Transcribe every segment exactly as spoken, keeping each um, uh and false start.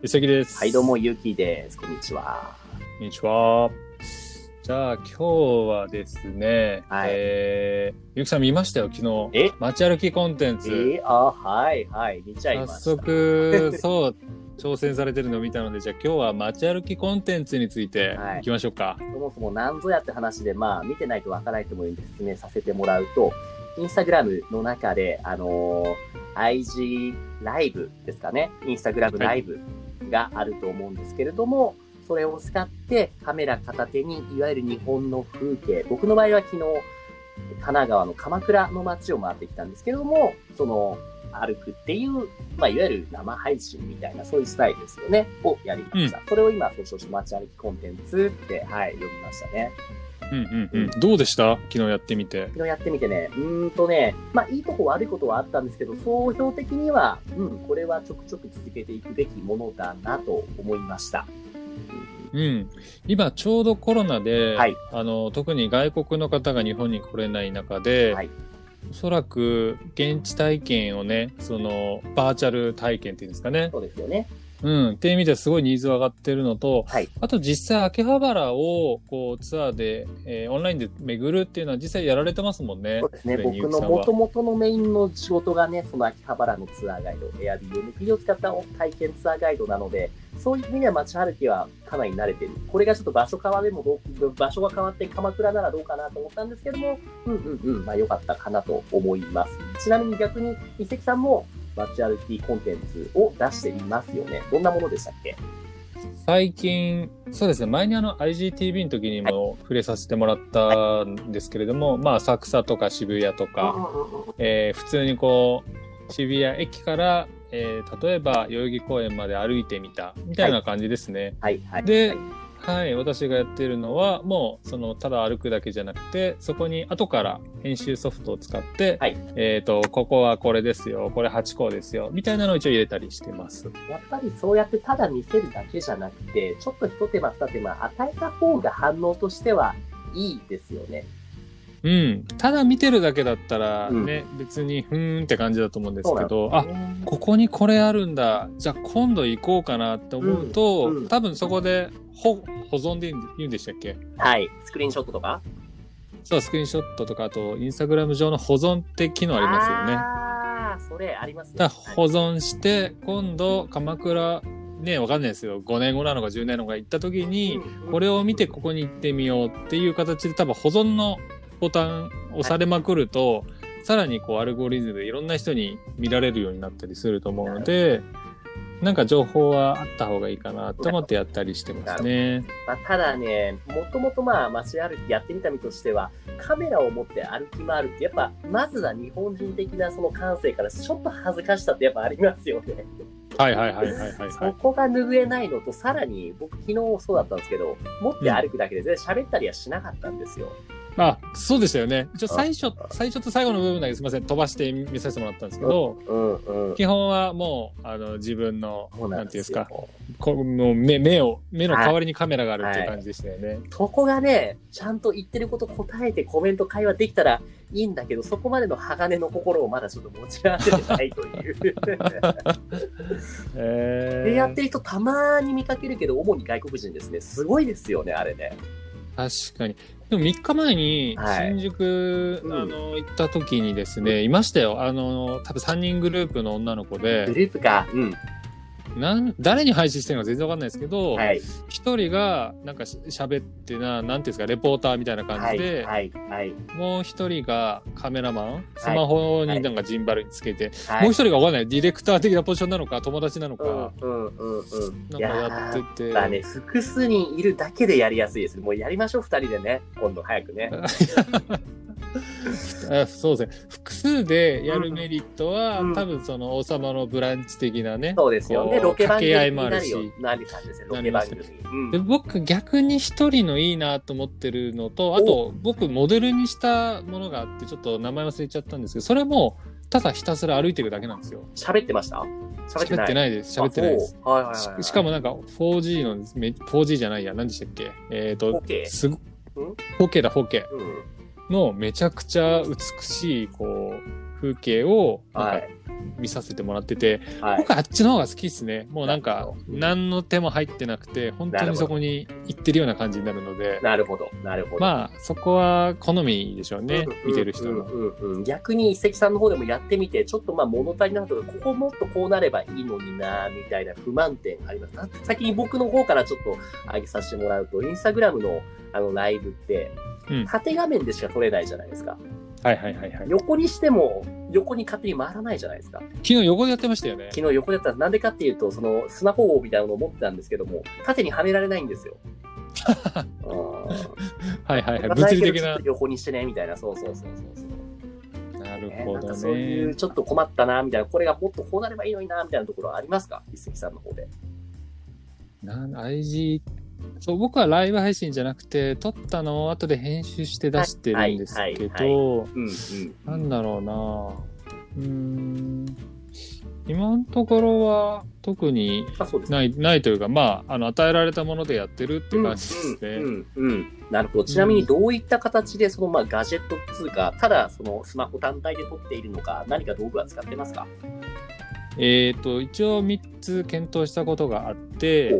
うさぎです。 はい、どうも、ゆうきです。こんにちは。 こんにちは。じゃあ、今日はですね、 はい、 えー、ゆうきさん見ましたよ、昨日。 え街歩きコンテンツ。 えー、あ、はい、はい、見ちゃいました。 早速、そう、挑戦されてるのを見たので、じゃあ今日は街歩きコンテンツについていきましょうか。 はい、そもそも何ぞやって話で、まあ、見てないとわからないと思うんで説明させてもらうと、インスタグラムの中で、あのー、アイジー ライブですかね。インスタグラムライブがあると思うんですけれども、はい、それを使ってカメラ片手に、いわゆる日本の風景、僕の場合は昨日、神奈川の鎌倉の街を回ってきたんですけれども、その、歩くっていう、まあ、いわゆる生配信みたいな、そういうスタイルですよね、をやりました。うん、それを今、総称して街歩きコンテンツって、はい、読みましたね。 うんうんうん。どうでした？昨日やってみて。 昨日やってみてね、うーんとね、まあ、いいとこ悪いことはあったんですけど、総評的には、うん、これはちょくちょく続けていくべきものだなと思いました。 うん、今ちょうどコロナで、 はい、 あの特に外国の方が日本に来れない中で、はい、おそらく現地体験をね、そのバーチャル体験っていうんですかね。 そうですよね。 うん、っていう意味ですごいニーズが上がってるのと、 はい、 あと実際秋葉原をこうツアーで、えー、オンラインで巡るっていうのは実際やられてますもんね。 そうですね。僕の元々のメインの仕事がね、その秋葉原のツアーガイド、Airbnb を使った体験ツアーガイドなので、そういう意味では街歩きはかなり慣れてる。これがちょっと場所変われもどう、場所が変わって鎌倉ならどうかなと思ったんですけども、うんうんうん、まあ良かったかなと思います。ちなみに逆に、一石さんも街歩きコンテンツを出していますよね。どんなものでしたっけ？ 最近、そうですね、前にあの アイジーティービー の時にも触れさせてもらったんですけれども、はい、まあ浅草とか渋谷とか、えー、普通にこう、渋谷駅から、えー、例えば代々木公園まで歩いてみたみたいな感じですね。 はいはいはい、 で、はい、私がやっているのはもうそのただ歩くだけじゃなくて、そこに後から編集ソフトを使って、はい、えっとここはこれですよ、これはちこですよみたいなのを一応入れたりしてます。 やっぱりそうやってただ見せるだけじゃなくて、ちょっと一手間二手間与えた方が反応としてはいいですよね。 うん、ただ見てるだけだったらね、うん、別にふーんって感じだと思うんですけど、あ、ここにこれあるんだ、じゃあ今度行こうかなって思うと、うんうん、多分そこで保存で言うんでしたっけ？ はい、スクリーンショットとか？ そう、スクリーンショットとか、あとインスタグラム上の保存って機能ありますよね。 ああ、それありますね。 だから保存して、はい、今度鎌倉ね、わかんないですよ。ごねんごなのかじゅうねんごなのか行った時に、うんうん、これを見てここに行ってみようっていう形で多分保存のボタン押されまくると、はい、さらにこうアルゴリズムでいろんな人に見られるようになったりすると思うので、なんか情報はあった方がいいかなと思ってやったりしてますね。 まあ、ただね、もともとまあ街歩きやってみた身としては、カメラを持って歩き回るってやっぱまずは日本人的なその感性からちょっと恥ずかしさってやっぱありますよね。 はいはいはいはいはい、はい。 そこが拭えないのと、さらに僕昨日そうだったんですけど、持って歩くだけで全然喋ったりはしなかったんですよ。 あ、そうでしたよね。一応最初、最初と最後の部分だけすみません、飛ばして見させてもらったんですけど、うんうんうん、基本はもう、あの、自分の、なん, なんていうんですか、この目、目を、目の代わりにカメラがあるっていう感じでしたよね。はいはい、 そこがね、ちゃんと言ってること答えてコメント会話できたらいいんだけど、そこまでの鋼の心をまだちょっと持ち合わせてないという。えー、で、やってる人たまーに見かけるけど、主に外国人ですね。すごいですよね、あれね。 確かに。でもみっかまえに新宿、はい、あの行った時にですね、うん、いましたよ。あの多分さんにんグループの女の子で。 グループか。うん。 なん誰に配信してるのか全然わかんないですけど、はい、一人がなんか喋ってな、なんていうんですか、レポーターみたいな感じで、はいはいはい、もう一人がカメラマン、スマホになんかジンバルにつけて、はい、もう一人がわかんない、ディレクター的なポジションなのか、友達なのか、うんうんうんうん、なんかやってて。 やっぱね、複数人いるだけでやりやすいです。もうやりましょう、二人でね、今度早くね。 あそうですね。複数でやるメリットは、うん、多分その王様のブランチ的なね。 そうですよね。ロケ番組にもあるし。 なる感じですね。ロケ番組。うん、 で僕逆に一人のいいなと思ってるのと、あと僕モデルにしたものがあってちょっと名前忘れちゃったんですけど、それもただひたすら歩いてるだけなんですよ。 喋ってました？ 喋ってないです。喋ってないです。はいはいはいはい、し, しかもなんか フォージー の フォージー じゃないや、何でしたっけ？えっ、ー、と、すご、フォーケー だフォーケー。うんのめちゃくちゃ美しいこう風景をなんか見させてもらってて、 はい、 僕はあっちの方が好きですね。もうなんか、何の手も入ってなくて、本当にそこに行ってるような感じになるので。 なるほど、なるほど。 まあ、そこは好みでしょうね、うん、見てる人の、 うんうんうん。逆に一石さんの方でもやってみて、ちょっとまあ物足りなかったとか、ここもっとこうなればいいのにな、みたいな不満点あります。先に僕の方からちょっと上げさせてもらうと、インスタグラムのあのライブって、うん、縦画面でしか撮れないじゃないですか。 はいはいはいはい。 横にしても、横に勝手に回らないじゃないですか。 昨日横でやってましたよね。 昨日横でやったら、なんでかっていうと、そのスマホみたいなのを持ってたんですけども、縦にはめられないんですよ。 はいはいはい。物理的な。 横にしてね、みたいな。そうそうそうそうそう。 なるほどね。 そういうちょっと困ったな、みたいな。これがもっとこうなればいいのにな、みたいなところはありますか？一石さんの方で。 なん アイジー、そう僕はライブ配信じゃなくて撮ったのを後で編集して出してるんですけど、なんだろうな、うーん、今のところは特にない、ないというか、まあ、あの与えられたものでやってるっていう感じですね。うんうんうん、なるほど。ちなみにどういった形でそのまあガジェットっていうか、ただそのスマホ単体で撮っているのか、何か道具は使ってますか？ えーと、一応みっつ検討したことがあって、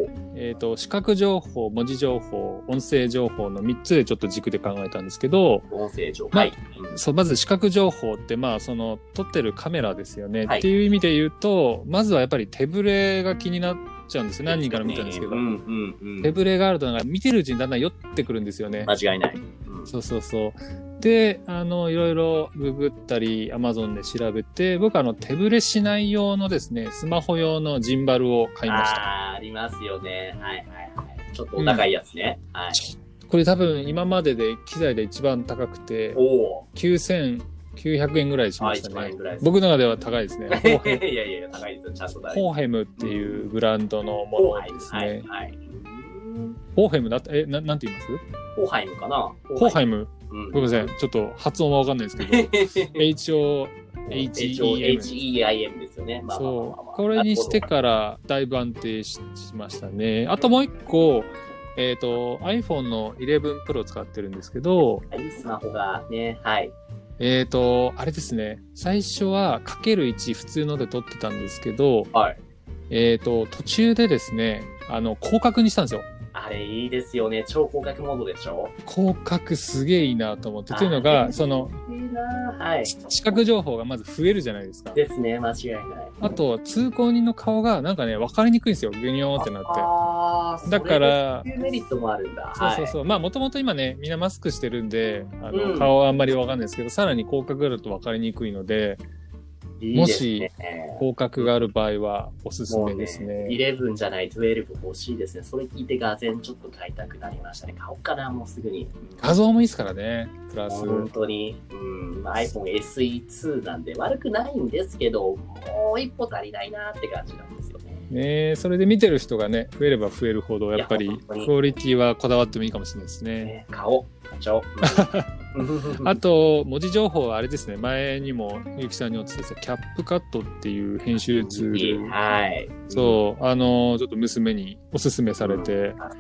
えーと、視覚情報、文字情報、音声情報のみっつでちょっと軸で考えたんですけど、 音声情報、 まあ、 はい。 そう、まず視覚情報って、まあ、その、撮ってるカメラですよね、はい。っていう意味で言うと、まずはやっぱり手ぶれが気になっちゃうんですよ。何人から見たんですけど、うんうんうん、手ぶれがあるとなんか見てるうちにだんだん酔ってくるんですよね。 間違いない。 うん、そうそうそう。で、あの、いろいろググったり、アマゾンで調べて、僕はあの、手ぶれしない用のですね、スマホ用のジンバルを買いました。 ああ、ありますよね。はいはいはい。ちょっとお高いやつね。うん、はい。 これ多分今までで機材で一番高くて、きゅうせんきゅうひゃくえんぐらいしましたね。僕の中では高いですね。 いやいやいや、高いですよ。ちゃんと高い。 ホーヘムっていうブランドのものですね。はいはい。ホーヘムだって、え、な、なんて言います？ ホーハイムかな？ ホーハイム。うん、ごめんなさい。ちょっと発音はわかんないですけど。エイチオーエイチイーエム ですよね。そう。これにしてからだいぶ安定しましたね。あともう一個、えっと、iPhone のじゅういち Pro 使ってるんですけど。 はい、スマホがね、はい。 えっと、あれですね。最初は かけるいち 普通ので撮ってたんですけど、 はい。 えっと、途中でですね、あの、広角にしたんですよ。 あれいいですよね。超広角モードでしょ？ 広角すげえいいなと思って。というのが、その、 はい、 視覚情報がまず増えるじゃないですか。 ですね、間違いない。 あと、通行人の顔がなんかね、分かりにくいんですよ。グニョーってなって。 ああ、 だから、 そういうメリットもあるんだ。 そうそうそう。はい、まあ、もともと今ね、みんなマスクしてるんで、あの、うん、顔はあんまり分かんないですけど、さらに広角だと分かりにくいので、いいもし、広角がある場合はおすすめですね。 ねじゅういちじゃないじゅうに欲しいですね。それ聞いてガゼンちょっと買いたくなりましたね。買おうかな、もうすぐに。 画像もいいですからね。プラス。 本当に。うん、iPhone エスイーツー なんで悪くないんですけど、もう一歩足りないなって感じなんですよね。 ねえ、それで見てる人がね、増えれば増えるほど、やっぱりクオリティはこだわってもいいかもしれないですね。ね、 買おう。買っちゃおう。 あと、文字情報はあれですね、前にもゆきさんにお伝えしたキャップカットっていう編集ツール。 はい。 そう、あの、ちょっと娘におすすめされて、うんはい、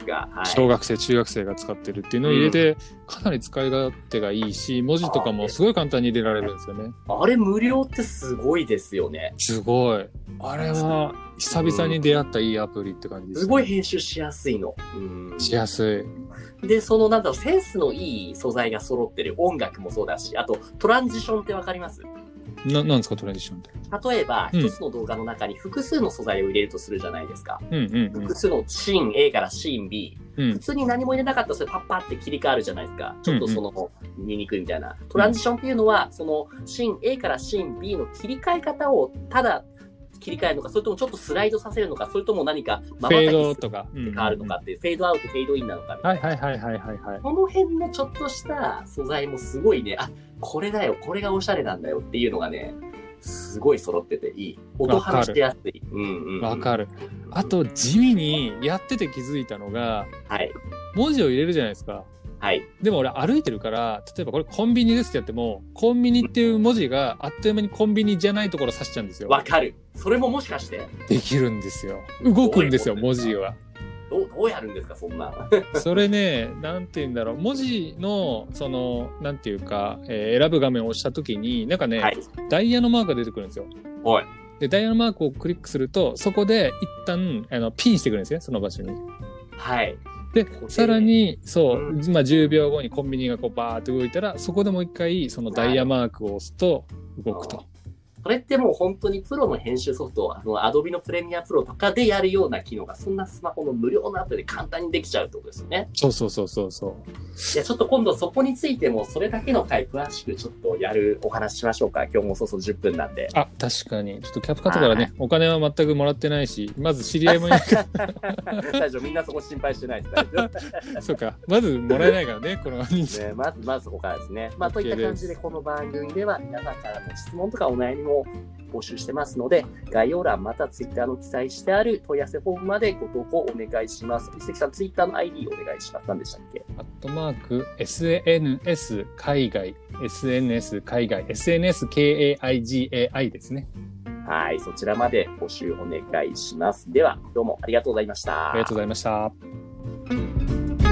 小学生、中学生が使ってるっていうのを入れて、うん、かなり使い勝手がいいし、文字とかもすごい簡単に入れられるんですよね。 あれ無料ってすごいですよね。 すごい。あれは、久々に出会ったいいアプリって感じです、ね、 すごい編集しやすいの。 うん、しやすい。で、その、なんだろう、センスのいい素材が揃ってる音楽もそうだし、あと、トランジションってわかります？ な、なんですか、トランジションって。 例えば、一、うん、つの動画の中に複数の素材を入れるとするじゃないですか。 うんうんうん、 複数のシーン A からシーン B。うん、普通に何も入れなかったらそれパッパって切り替わるじゃないですか。ちょっとその、うんうん、見にくいみたいな。トランジションっていうのは、その、シーン A からシーン B の切り替え方を、ただ、切り替えるのか、それともちょっとスライドさせるのか、それとも何かまばたきするとか変わるのかっていう、フェードアウト、フェードインなのかみたいな。 はいはいはいはいはいはい。 この辺のちょっとした素材もすごいね、あ、これだよ、これがおしゃれなんだよっていうのがね、すごい揃ってていい。音話してやすい。うんうん。 わかる。あと、地味にやってて気づいたのが、 はい。 文字を入れるじゃないですか。 はい。 でも俺歩いてるから、例えばこれコンビニですってやっても、コンビニっていう文字があっという間にコンビニじゃないところを指しちゃうんですよ。 わかる。それももしかしてできるんですよ。動くんですよ、文字は。 どう、どうやるんですか、そんな。 それね、なんて言うんだろう。文字の、その、なんていうか、えー、選ぶ画面を押したときに、なんかね、はい、ダイヤのマークが出てくるんですよ。 はい。 で、ダイヤのマークをクリックすると、そこで一旦、あの、ピンしてくるんですね、その場所に。 はい。 で、さらに、そう、 うん、 まあ、じゅうびょうごにコンビニがこうバーって動いたら、そこでもう一回、そのダイヤマークを押すと動くと。 これってもう本当にプロの編集ソフト、あの、アドビのプレミアプロとかでやるような機能が、そんなスマホの無料のアプリで簡単にできちゃうってことですよね。 そうそうそうそうそう。 いや、ちょっと今度そこについても、それだけの回詳しくちょっとやるお話ししましょうか。今日もそうそうじゅっぷんなんで。 あ、確かに。ちょっとキャプカットからね、お金は全くもらってないし、まず知り合いもいないから。大丈夫、みんなそこ心配してないです。大丈ら。そうか。まずもらえないからね、この人数。 ね、まず、まずそこからですね。まあ、と OK いった感じで、この番組では皆さんからの質問とかお悩みも募集してますので、概要欄またツイッターの記載してある問い合わせフォームまでご投稿お願いします。一関さん、ツイッターの アイディー お願いします。何でしたっけ？ アットマーク、エスエヌエス 海外、エスエヌエス 海外、エスエヌエス ケーエーアイジーエーアイ ですね。 はい、そちらまで募集お願いします。では、どうもありがとうございました。 ありがとうございました。